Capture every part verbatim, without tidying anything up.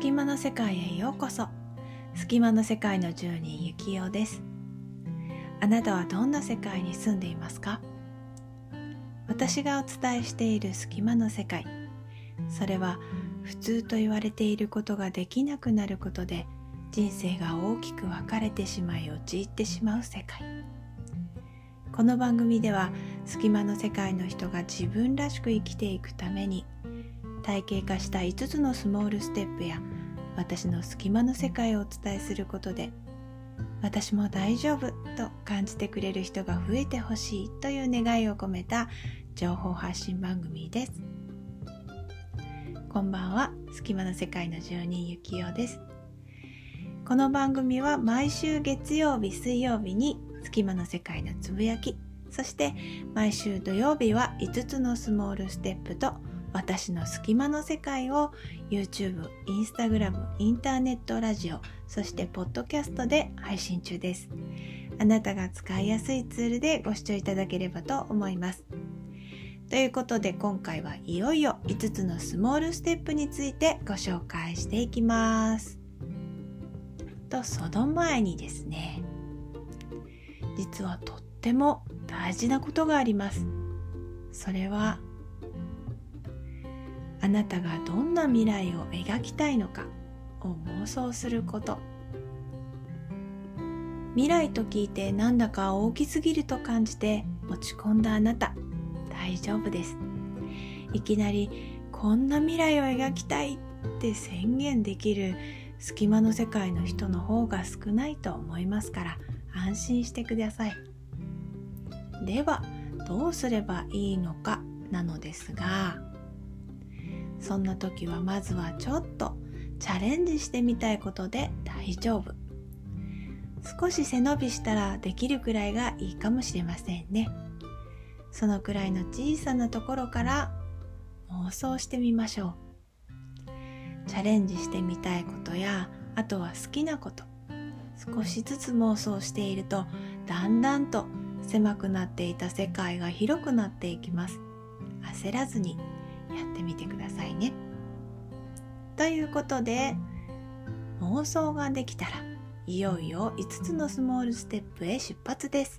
隙間の世界へようこそ。隙間の世界の住人ゆきおです。あなたはどんな世界に住んでいますか？私がお伝えしている隙間の世界、それは普通と言われていることができなくなることで人生が大きく分かれてしまい陥ってしまう世界。この番組では隙間の世界の人が自分らしく生きていくために体系化したいつつのスモールステップや私の隙間の世界をお伝えすることで、私も大丈夫と感じてくれる人が増えてほしいという願いを込めた情報発信番組です。こんばんは、隙間の世界の住人ゆきおです。この番組は毎週月曜日水曜日に隙間の世界のつぶやき、そして毎週土曜日はいつつのスモールステップと私の隙間の世界を YouTube、Instagram、インターネットラジオ、そしてポッドキャストで配信中です。あなたが使いやすいツールでご視聴いただければと思います。ということで今回はいよいよいつつのスモールステップについてご紹介していきます。とその前にですね、実はとっても大事なことがあります。それはあなたがどんな未来を描きたいのかを妄想すること。未来と聞いてなんだか大きすぎると感じて落ち込んだあなた、大丈夫です。いきなりこんな未来を描きたいって宣言できる隙間の世界の人の方が少ないと思いますから安心してください。ではどうすればいいのかなのですが、そんな時はまずはちょっとチャレンジしてみたいことで大丈夫。少し背伸びしたらできるくらいがいいかもしれませんね。そのくらいの小さなところから妄想してみましょう。チャレンジしてみたいことや、あとは好きなこと、少しずつ妄想しているとだんだんと狭くなっていた世界が広くなっていきます。焦らずにやってみてくださいね。ということで、妄想ができたらいよいよいつつのスモールステップへ出発です。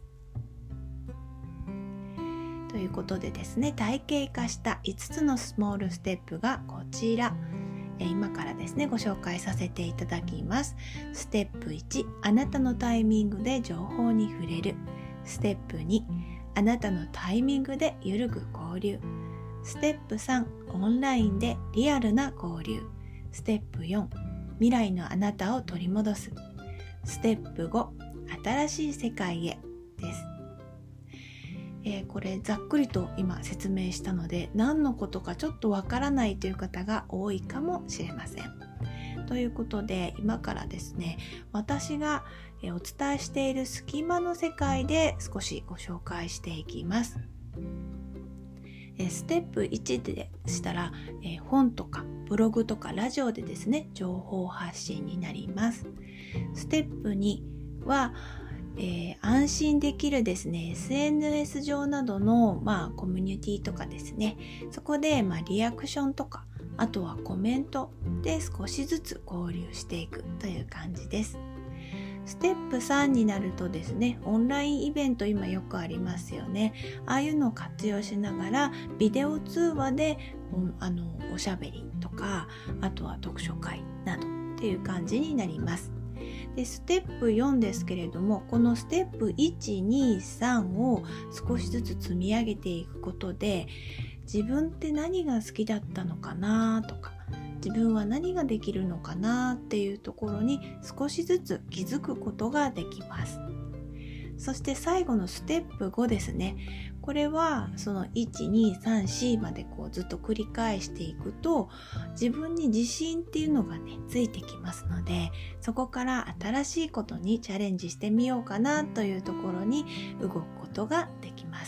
ということでですね、体系化したいつつのスモールステップがこちら。今からですねご紹介させていただきます。ステップいち、あなたのタイミングで情報に触れる。ステップに、あなたのタイミングでゆるく交流。ステップさん、オンラインでリアルな交流。ステップよん、未来のあなたを取り戻す。ステップご、新しい世界へです。えー、これざっくりと今説明したので何のことかちょっとわからないという方が多いかもしれません。ということで今からですね、私がお伝えしている隙間の世界で少しご紹介していきます。ステップいちでしたら、えー、本とかブログとかラジオでですね情報発信になります。ステップには、えー、安心できるですね エスエヌエス 上などの、まあ、コミュニティとかですね、そこで、まあ、リアクションとかあとはコメントで少しずつ交流していくという感じです。ステップさんになるとですね、オンラインイベント今よくありますよね。ああいうのを活用しながらビデオ通話で お, あのおしゃべりとか、あとは読書会などっていう感じになります。でステップよんですけれども、このステップいち、に、さんを少しずつ積み上げていくことで、自分って何が好きだったのかなとか、自分は何ができるのかなっていうところに少しずつ気づくことができます。そして最後のステップごですね。これはそのいち、に、さん、よんまでこうずっと繰り返していくと自分に自信っていうのがねついてきますので、そこから新しいことにチャレンジしてみようかなというところに動くことができます。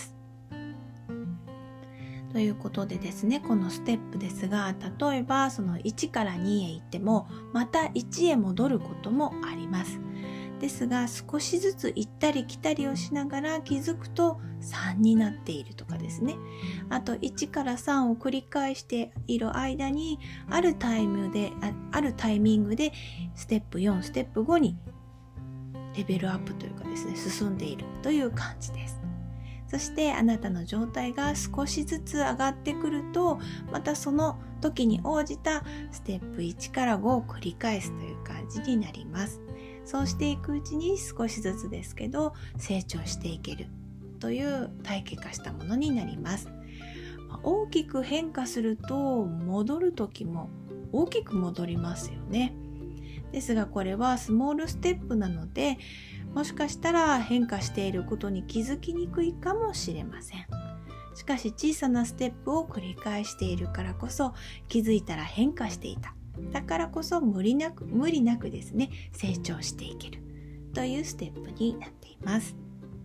ということでですね、このステップですが、例えばそのいちからにへ行ってもまたいちへ戻ることもあります。 ですが少しずつ行ったり来たりをしながら気づくとさんになっているとかですね。あといちからさんを繰り返している間にあるタイムで あ, あるタイミングでステップよん、ステップごにレベルアップというかですね、進んでいるという感じです。そしてあなたの状態が少しずつ上がってくると、またその時に応じたステップいちからごを繰り返すという感じになります。そうしていくうちに少しずつですけど成長していけるという体系化したものになります。大きく変化すると戻る時も大きく戻りますよね。ですがこれはスモールステップなので、もしかしたら変化していることに気づきにくいかもしれません。しかし小さなステップを繰り返しているからこそ気づいたら変化していた。だからこそ無理なく無理なくですね、成長していけるというステップになっています。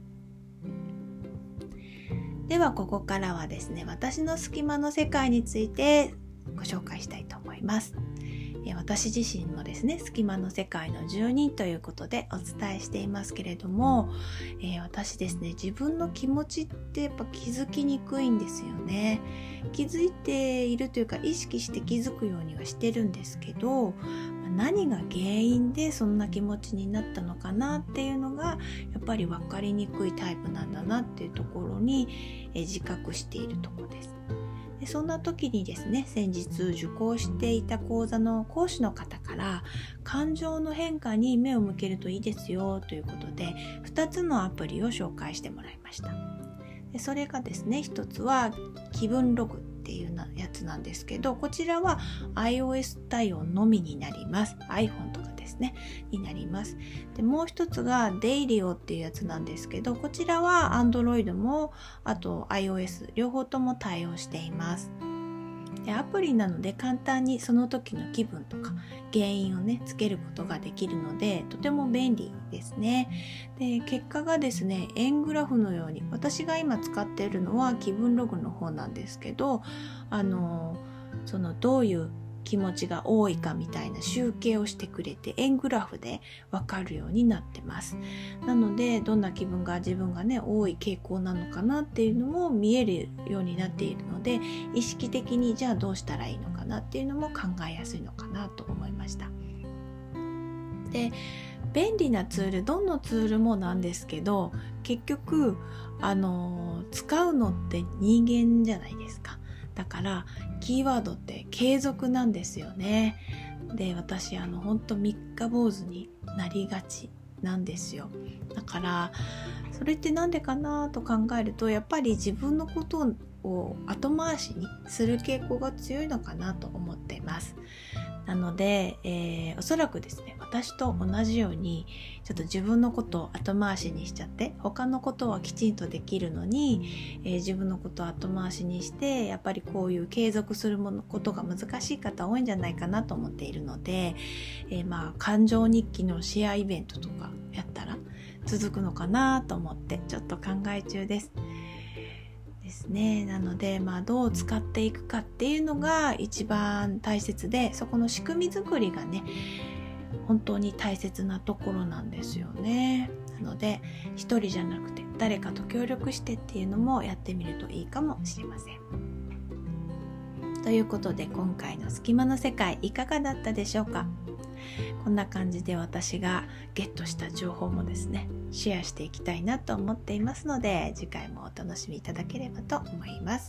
ではここからはですね、私の隙間の世界についてご紹介したいと思います。私自身のですね、隙間の世界の住人ということでお伝えしていますけれども、えー、私ですね、自分の気持ちってやっぱ気づきにくいんですよね。気づいているというか意識して気づくようにはしてるんですけど、何が原因でそんな気持ちになったのかなっていうのがやっぱり分かりにくいタイプなんだなっていうところに、えー、自覚しているところです。でそんな時にですね、先日受講していた講座の講師の方から感情の変化に目を向けるといいですよということでふたつのアプリを紹介してもらいました。でそれがですね、ひとつは気分ログっていうやつなんですけど、こちらは iOS 対応のみになります。 iPhone とかですねになります。でもう一つがデイリオっていうやつなんですけど、こちらは Android もあと iOS 両方とも対応しています。でアプリなので簡単にその時の気分とか原因をねつけることができるのでとても便利ですね。で結果がですね、円グラフのように、私が今使っているのは気分ログの方なんですけど、あのそのどういう気持ちが多いかみたいな集計をしてくれて円グラフで分かるようになってます。なのでどんな気分が自分がね多い傾向なのかなっていうのも見えるようになっているので、意識的にじゃあどうしたらいいのかなっていうのも考えやすいのかなと思いました。で便利なツール、どのツールもなんですけど、結局あの使うのって人間じゃないですか。だからキーワードって継続なんですよね。で私あの本当三日坊主になりがちなんですよ。だからそれってなんでかなと考えると、やっぱり自分のことを後回しにする傾向が強いのかなと思っています。なので、えー、おそらくですね、私と同じようにちょっと自分のことを後回しにしちゃって他のことはきちんとできるのに、えー、自分のことを後回しにしてやっぱりこういう継続するものことが難しい方多いんじゃないかなと思っているので、えー、まあ感情日記のシェアイベントとかやったら続くのかなと思ってちょっと考え中ですですね。なので、まあ、どう使っていくかっていうのが一番大切で、そこの仕組み作りがね本当に大切なところなんですよね。なので一人じゃなくて誰かと協力してっていうのもやってみるといいかもしれません。ということで今回の隙間の世界いかがだったでしょうか。こんな感じで私がゲットした情報もですねシェアしていきたいなと思っていますので、次回もお楽しみいただければと思います。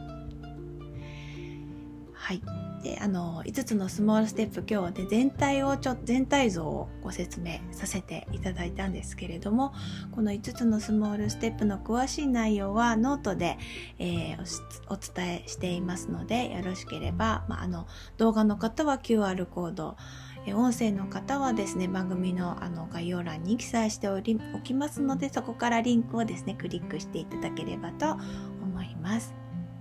はい。で、あのいつつのスモールステップ、今日はね全体をちょ全体像をご説明させていただいたんですけれども、このいつつのスモールステップの詳しい内容はノートで、えー、お, お伝えしていますので、よろしければ、まあ、あの動画の方は キューアール コード、音声の方はですね番組 の, あの概要欄に記載しておりおきますので、そこからリンクをですねクリックしていただければと思います。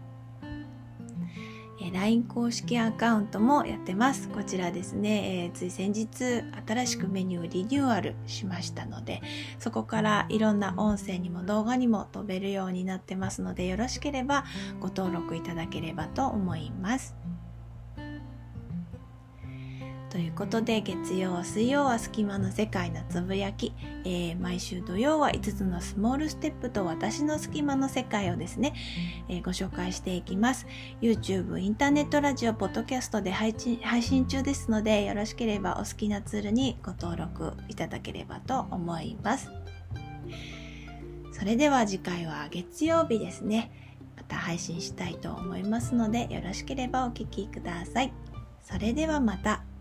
ライン 公式アカウントもやってます。こちらですね、えー、つい先日新しくメニューリニューアルしましたので、そこからいろんな音声にも動画にも飛べるようになってますので、よろしければご登録いただければと思います。 ということで、月曜水曜は隙間の世界のつぶやき、えー、毎週土曜はいつつのスモールステップと私の隙間の世界をですね、えー、ご紹介していきます。 YouTube、 インターネットラジオ、ポッドキャストで配信、配信中ですので、よろしければお好きなツールにご登録いただければと思います。それでは次回は月曜日ですね、また配信したいと思いますので、よろしければお聞きください。それではまた。